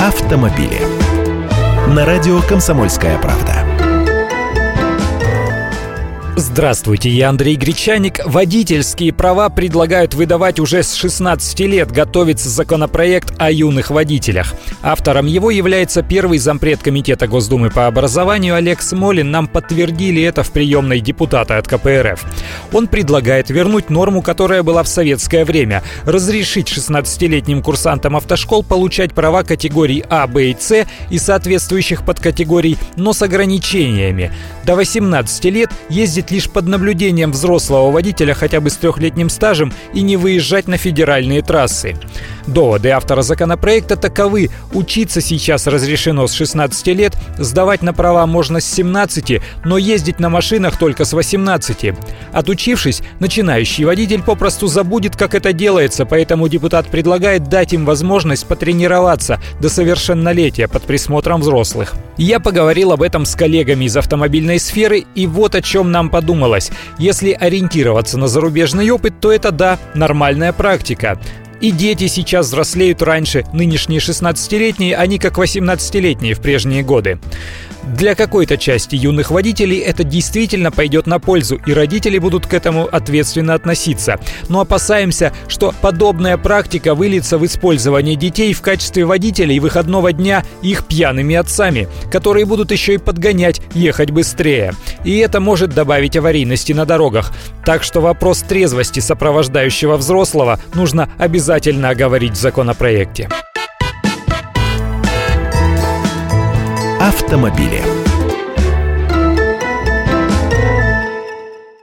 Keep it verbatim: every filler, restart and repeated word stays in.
автомобили. На радио «Комсомольская правда». Здравствуйте, я Андрей Гречаник. Водительские права предлагают выдавать уже с шестнадцати лет. Готовится законопроект о юных водителях. Автором его является первый зампред Комитета Госдумы по образованию Олег Смолин. Нам подтвердили это в приемной депутата от ка пэ эр эф. Он предлагает вернуть норму, которая была в советское время. Разрешить шестнадцатилетним курсантам автошкол получать права категорий А, Б и С и соответствующих подкатегорий, но с ограничениями. До восемнадцати лет ездить лишь под наблюдением взрослого водителя хотя бы с трехлетним стажем и не выезжать на федеральные трассы. Доводы автора законопроекта таковы: учиться сейчас разрешено с шестнадцати лет, сдавать на права можно с семнадцати, но ездить на машинах только с восемнадцати. Отучившись, начинающий водитель попросту забудет, как это делается, поэтому депутат предлагает дать им возможность потренироваться до совершеннолетия под присмотром взрослых. Я поговорил об этом с коллегами из автомобильной сферы, и вот о чем нам подумалось. Если ориентироваться на зарубежный опыт, то это, да, нормальная практика. И дети сейчас взрослеют раньше, нынешние шестнадцатилетние, они как восемнадцатилетние в прежние годы. Для какой-то части юных водителей это действительно пойдет на пользу, и родители будут к этому ответственно относиться. Но опасаемся, что подобная практика выльется в использование детей в качестве водителей выходного дня их пьяными отцами, которые будут еще и подгонять, ехать быстрее. И это может добавить аварийности на дорогах. Так что вопрос трезвости сопровождающего взрослого нужно обязательно оговорить в законопроекте. Автомобили.